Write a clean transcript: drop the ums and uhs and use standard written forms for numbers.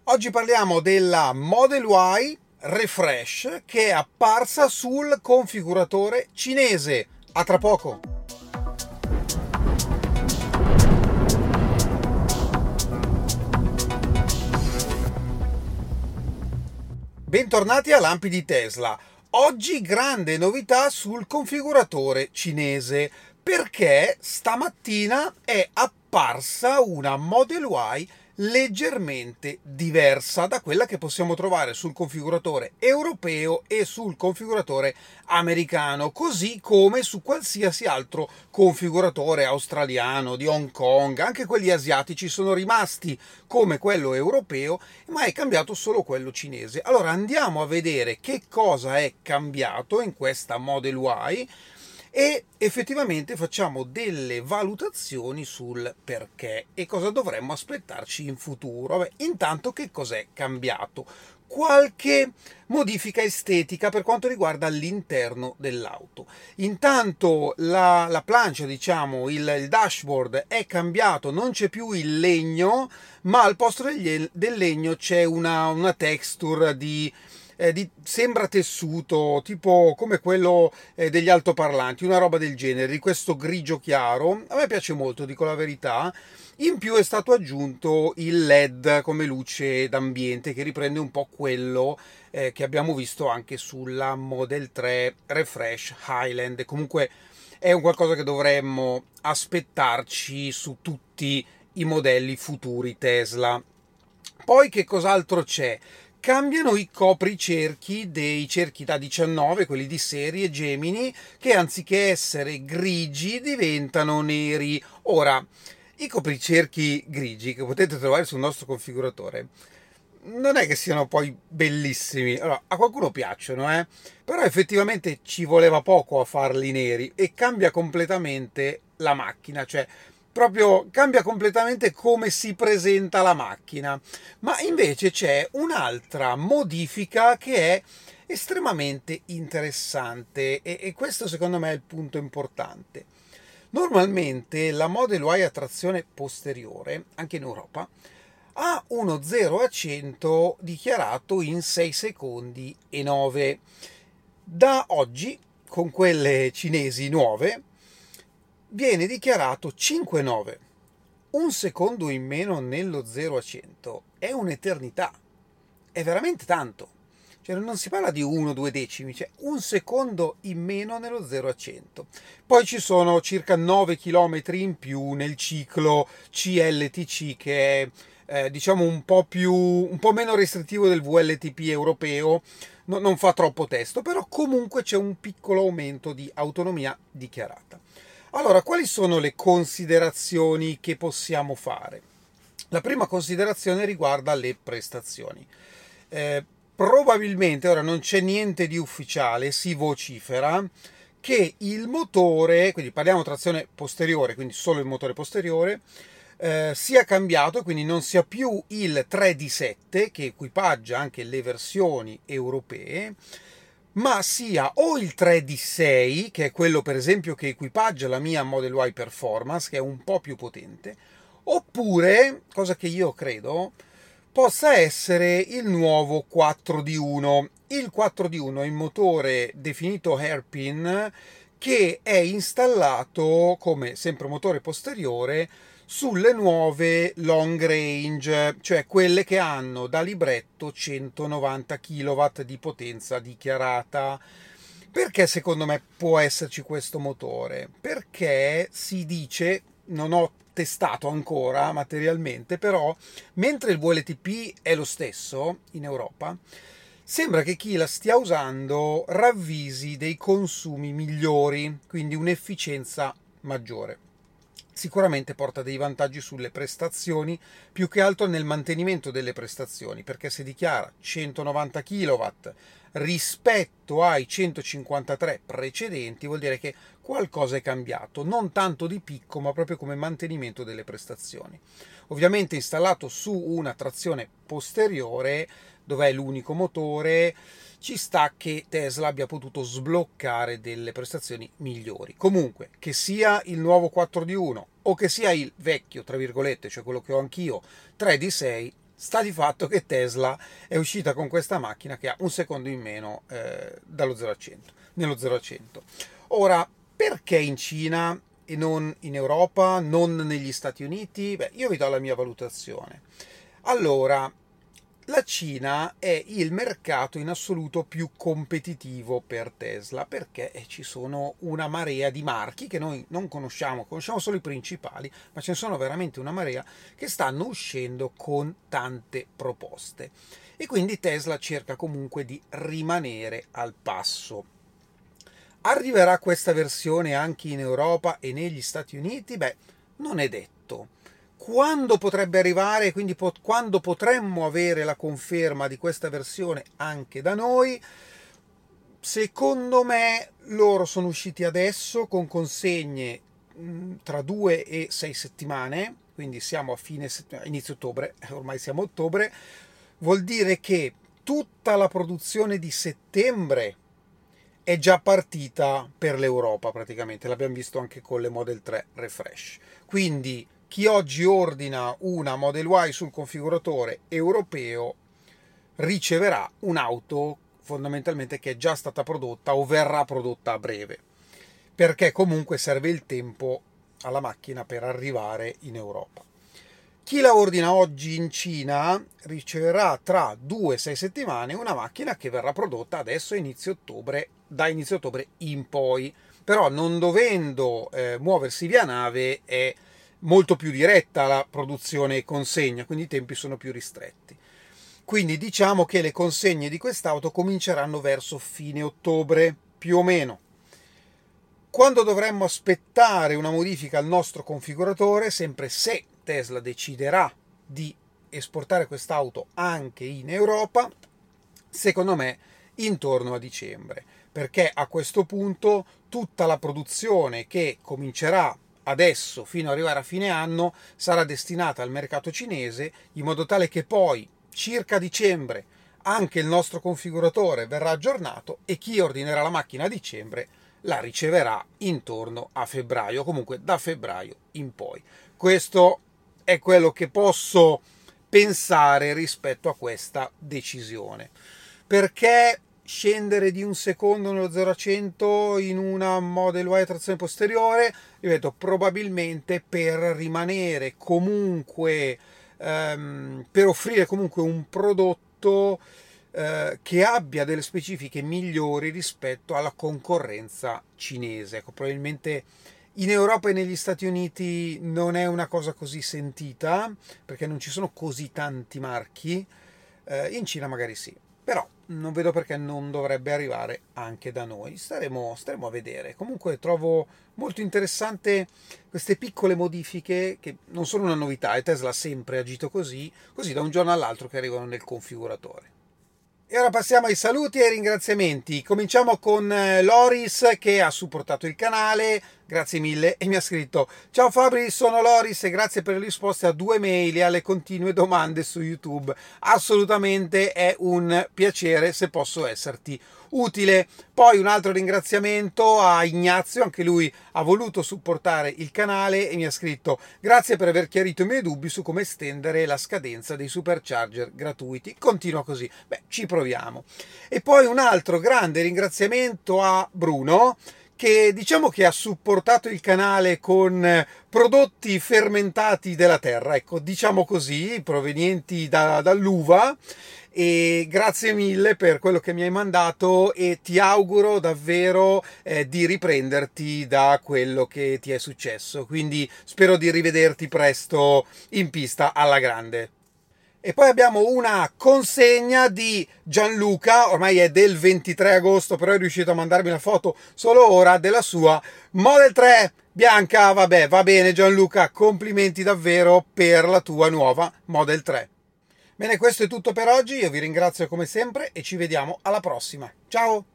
Oggi parliamo della Model Y Refresh che è apparsa sul configuratore cinese. A tra poco! Bentornati a Lampi di Tesla. Oggi grande novità sul configuratore cinese perché stamattina è apparsa una Model Y leggermente diversa da quella che possiamo trovare sul configuratore europeo e sul configuratore americano, così come su qualsiasi altro configuratore australiano, di Hong Kong. Anche quelli asiatici sono rimasti come quello europeo, ma è cambiato solo quello cinese. Allora andiamo a vedere che cosa è cambiato in questa Model Y e effettivamente facciamo delle valutazioni sul perché e cosa dovremmo aspettarci in futuro. Vabbè, intanto che cos'è cambiato? Qualche modifica estetica per quanto riguarda l'interno dell'auto. Intanto la plancia, diciamo, il dashboard è cambiato, non c'è più il legno, ma al posto del legno c'è una texture sembra tessuto, tipo come quello degli altoparlanti, una roba del genere, di questo grigio chiaro. A me piace molto, dico la verità. In più è stato aggiunto il LED come luce d'ambiente che riprende un po' quello che abbiamo visto anche sulla Model 3 Refresh Highland. Comunque è un qualcosa che dovremmo aspettarci su tutti i modelli futuri Tesla. Poi che cos'altro c'è? Cambiano i copricerchi dei cerchi da 19, quelli di serie Gemini, che anziché essere grigi diventano neri. Ora, i copricerchi grigi che potete trovare sul nostro configuratore non è che siano poi bellissimi. Allora, a qualcuno piacciono, però effettivamente ci voleva poco a farli neri e cambia completamente la macchina, cioè proprio cambia completamente come si presenta la macchina. Ma invece c'è un'altra modifica che è estremamente interessante e questo secondo me è il punto importante. Normalmente la Model Y a trazione posteriore, anche in Europa, ha uno 0 a 100 dichiarato in 6 secondi e 9. Da oggi, con quelle cinesi nuove, viene dichiarato 5,9. Un secondo in meno nello 0 a 100 è un'eternità, è veramente tanto. Cioè non si parla di 1-2 decimi, cioè un secondo in meno nello 0 a 100. Poi ci sono circa 9 km in più nel ciclo CLTC, che è diciamo un po' meno restrittivo del VLTP europeo. Non fa troppo testo, però comunque c'è un piccolo aumento di autonomia dichiarata. Allora, quali sono le considerazioni che possiamo fare? La prima considerazione riguarda le prestazioni. Probabilmente, ora non c'è niente di ufficiale, si vocifera che il motore, quindi parliamo trazione posteriore, quindi solo il motore posteriore, sia cambiato, quindi non sia più il 3D7 che equipaggia anche le versioni europee, ma sia o il 3D6, che è quello per esempio che equipaggia la mia Model Y Performance, che è un po' più potente, oppure, cosa che io credo, possa essere il nuovo 4D1. Il 4D1 è il motore definito Hairpin che è installato come sempre motore posteriore sulle nuove long range, cioè quelle che hanno da libretto 190 kW di potenza dichiarata. Perché secondo me può esserci questo motore? Perché si dice, non ho testato ancora materialmente, però mentre il VLTP è lo stesso in Europa, sembra che chi la stia usando ravvisi dei consumi migliori, quindi un'efficienza maggiore. Sicuramente porta dei vantaggi sulle prestazioni, più che altro nel mantenimento delle prestazioni, perché se dichiara 190 kW rispetto ai 153 precedenti, vuol dire che qualcosa è cambiato, non tanto di picco, ma proprio come mantenimento delle prestazioni. Ovviamente installato su una trazione posteriore, dove è l'unico motore, ci sta che Tesla abbia potuto sbloccare delle prestazioni migliori. Comunque, che sia il nuovo 4D1 o che sia il vecchio, tra virgolette, cioè quello che ho anch'io, 3D6, sta di fatto che Tesla è uscita con questa macchina che ha un secondo in meno dallo 0 a 100, nello 0 a 100. Ora, perché in Cina e non in Europa, non negli Stati Uniti? Beh, io vi do la mia valutazione. Allora, la Cina è il mercato in assoluto più competitivo per Tesla perché ci sono una marea di marchi che noi non conosciamo, conosciamo solo i principali, ma ce ne sono veramente una marea che stanno uscendo con tante proposte. E quindi Tesla cerca comunque di rimanere al passo. Arriverà questa versione anche in Europa e negli Stati Uniti? Beh, non è detto. Quando potrebbe arrivare, quindi quando potremmo avere la conferma di questa versione anche da noi? Secondo me loro sono usciti adesso con consegne tra 2 e 6 settimane, quindi siamo a inizio ottobre, ormai siamo a ottobre, vuol dire che tutta la produzione di settembre è già partita per l'Europa praticamente, l'abbiamo visto anche con le Model 3 Refresh. Quindi chi oggi ordina una Model Y sul configuratore europeo riceverà un'auto fondamentalmente che è già stata prodotta o verrà prodotta a breve, perché comunque serve il tempo alla macchina per arrivare in Europa. Chi la ordina oggi in Cina riceverà tra 2 e 6 settimane una macchina che verrà prodotta adesso a inizio ottobre, da inizio ottobre in poi. Però non dovendo muoversi via nave è molto più diretta la produzione e consegna, quindi i tempi sono più ristretti. Quindi diciamo che le consegne di quest'auto cominceranno verso fine ottobre, più o meno. Quando dovremmo aspettare una modifica al nostro configuratore, sempre se Tesla deciderà di esportare quest'auto anche in Europa, secondo me intorno a dicembre, perché a questo punto tutta la produzione che comincerà adesso fino ad arrivare a fine anno sarà destinata al mercato cinese, in modo tale che poi circa dicembre anche il nostro configuratore verrà aggiornato e chi ordinerà la macchina a dicembre la riceverà intorno a febbraio, comunque da febbraio in poi. Questo è quello che posso pensare rispetto a questa decisione. Perché scendere di un secondo nello 0 a 100 in una Model Y a trazione posteriore? Ripeto, probabilmente per rimanere comunque, per offrire comunque un prodotto che abbia delle specifiche migliori rispetto alla concorrenza cinese. Ecco, probabilmente in Europa e negli Stati Uniti non è una cosa così sentita, perché non ci sono così tanti marchi, in Cina magari sì, però non vedo perché non dovrebbe arrivare anche da noi. Staremo a vedere. Comunque trovo molto interessante queste piccole modifiche che non sono una novità, e Tesla ha sempre agito così da un giorno all'altro che arrivano nel configuratore. E ora passiamo ai saluti e ai ringraziamenti. Cominciamo con Loris che ha supportato il canale, grazie mille, e mi ha scritto: ciao Fabri, sono Loris e grazie per le risposte a 2 mail e alle continue domande su YouTube. Assolutamente è un piacere se posso esserti utile. Poi un altro ringraziamento a Ignazio, anche lui ha voluto supportare il canale e mi ha scritto: grazie per aver chiarito i miei dubbi su come estendere la scadenza dei supercharger gratuiti. Continua così. Beh, ci proviamo. E poi un altro grande ringraziamento a Bruno, che diciamo che ha supportato il canale con prodotti fermentati della terra, ecco, diciamo così, provenienti dall'uva. E grazie mille per quello che mi hai mandato e ti auguro davvero di riprenderti da quello che ti è successo. Quindi spero di rivederti presto in pista alla grande. E poi abbiamo una consegna di Gianluca, ormai è del 23 agosto, però è riuscito a mandarmi la foto solo ora della sua Model 3 bianca. Vabbè, va bene Gianluca, complimenti davvero per la tua nuova Model 3. Bene, questo è tutto per oggi, io vi ringrazio come sempre e ci vediamo alla prossima. Ciao!